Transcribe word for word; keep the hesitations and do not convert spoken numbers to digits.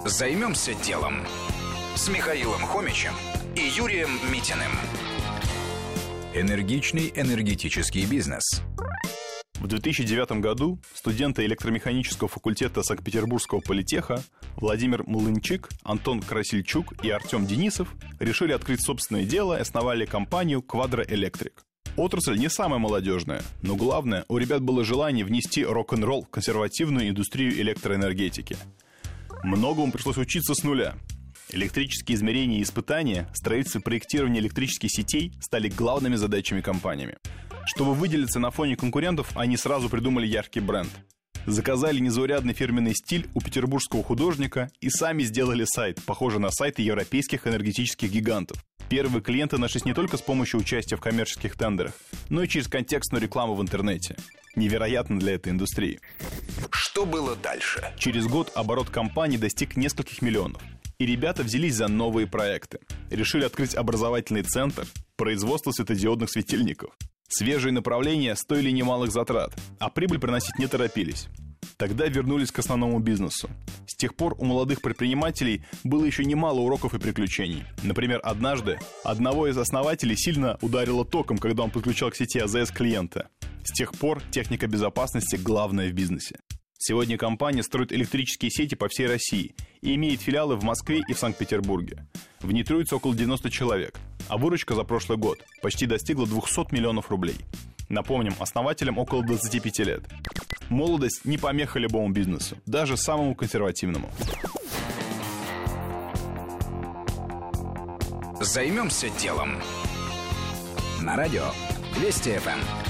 Займемся делом с Михаилом Хомичем и Юрием Митиным. Энергичный энергетический бизнес. В две тысячи девятом году студенты электромеханического факультета Санкт-Петербургского политеха Владимир Млынчик, Антон Красильчук и Артем Денисов решили открыть собственное дело и основали компанию Quadra Electric. Отрасль не самая молодежная, но главное, у ребят было желание внести рок-н-ролл в консервативную индустрию электроэнергетики. Многому пришлось учиться с нуля. Электрические измерения и испытания, строительство и проектирование электрических сетей стали главными задачами компаниями. Чтобы выделиться на фоне конкурентов, они сразу придумали яркий бренд. Заказали незаурядный фирменный стиль у петербургского художника и сами сделали сайт, похожий на сайты европейских энергетических гигантов. Первые клиенты нашлись не только с помощью участия в коммерческих тендерах, но и через контекстную рекламу в интернете. Невероятно для этой индустрии. Что было дальше? Через год оборот компании достиг нескольких миллионов. И ребята взялись за новые проекты. Решили открыть образовательный центр, производство светодиодных светильников. Свежие направления стоили немалых затрат, а прибыль приносить не торопились. Тогда вернулись к основному бизнесу. С тех пор у молодых предпринимателей было еще немало уроков и приключений. Например, однажды одного из основателей сильно ударило током, когда он подключал к сети АЗС клиента. С тех пор техника безопасности главная в бизнесе. Сегодня компания строит электрические сети по всей России и имеет филиалы в Москве и в Санкт-Петербурге. В ней трудится около девяносто человек, а выручка за прошлый год почти достигла двухсот миллионов рублей. Напомним, основателям около двадцати пяти лет. Молодость не помеха любому бизнесу, даже самому консервативному. Займемся делом. На радио Вести эф эм.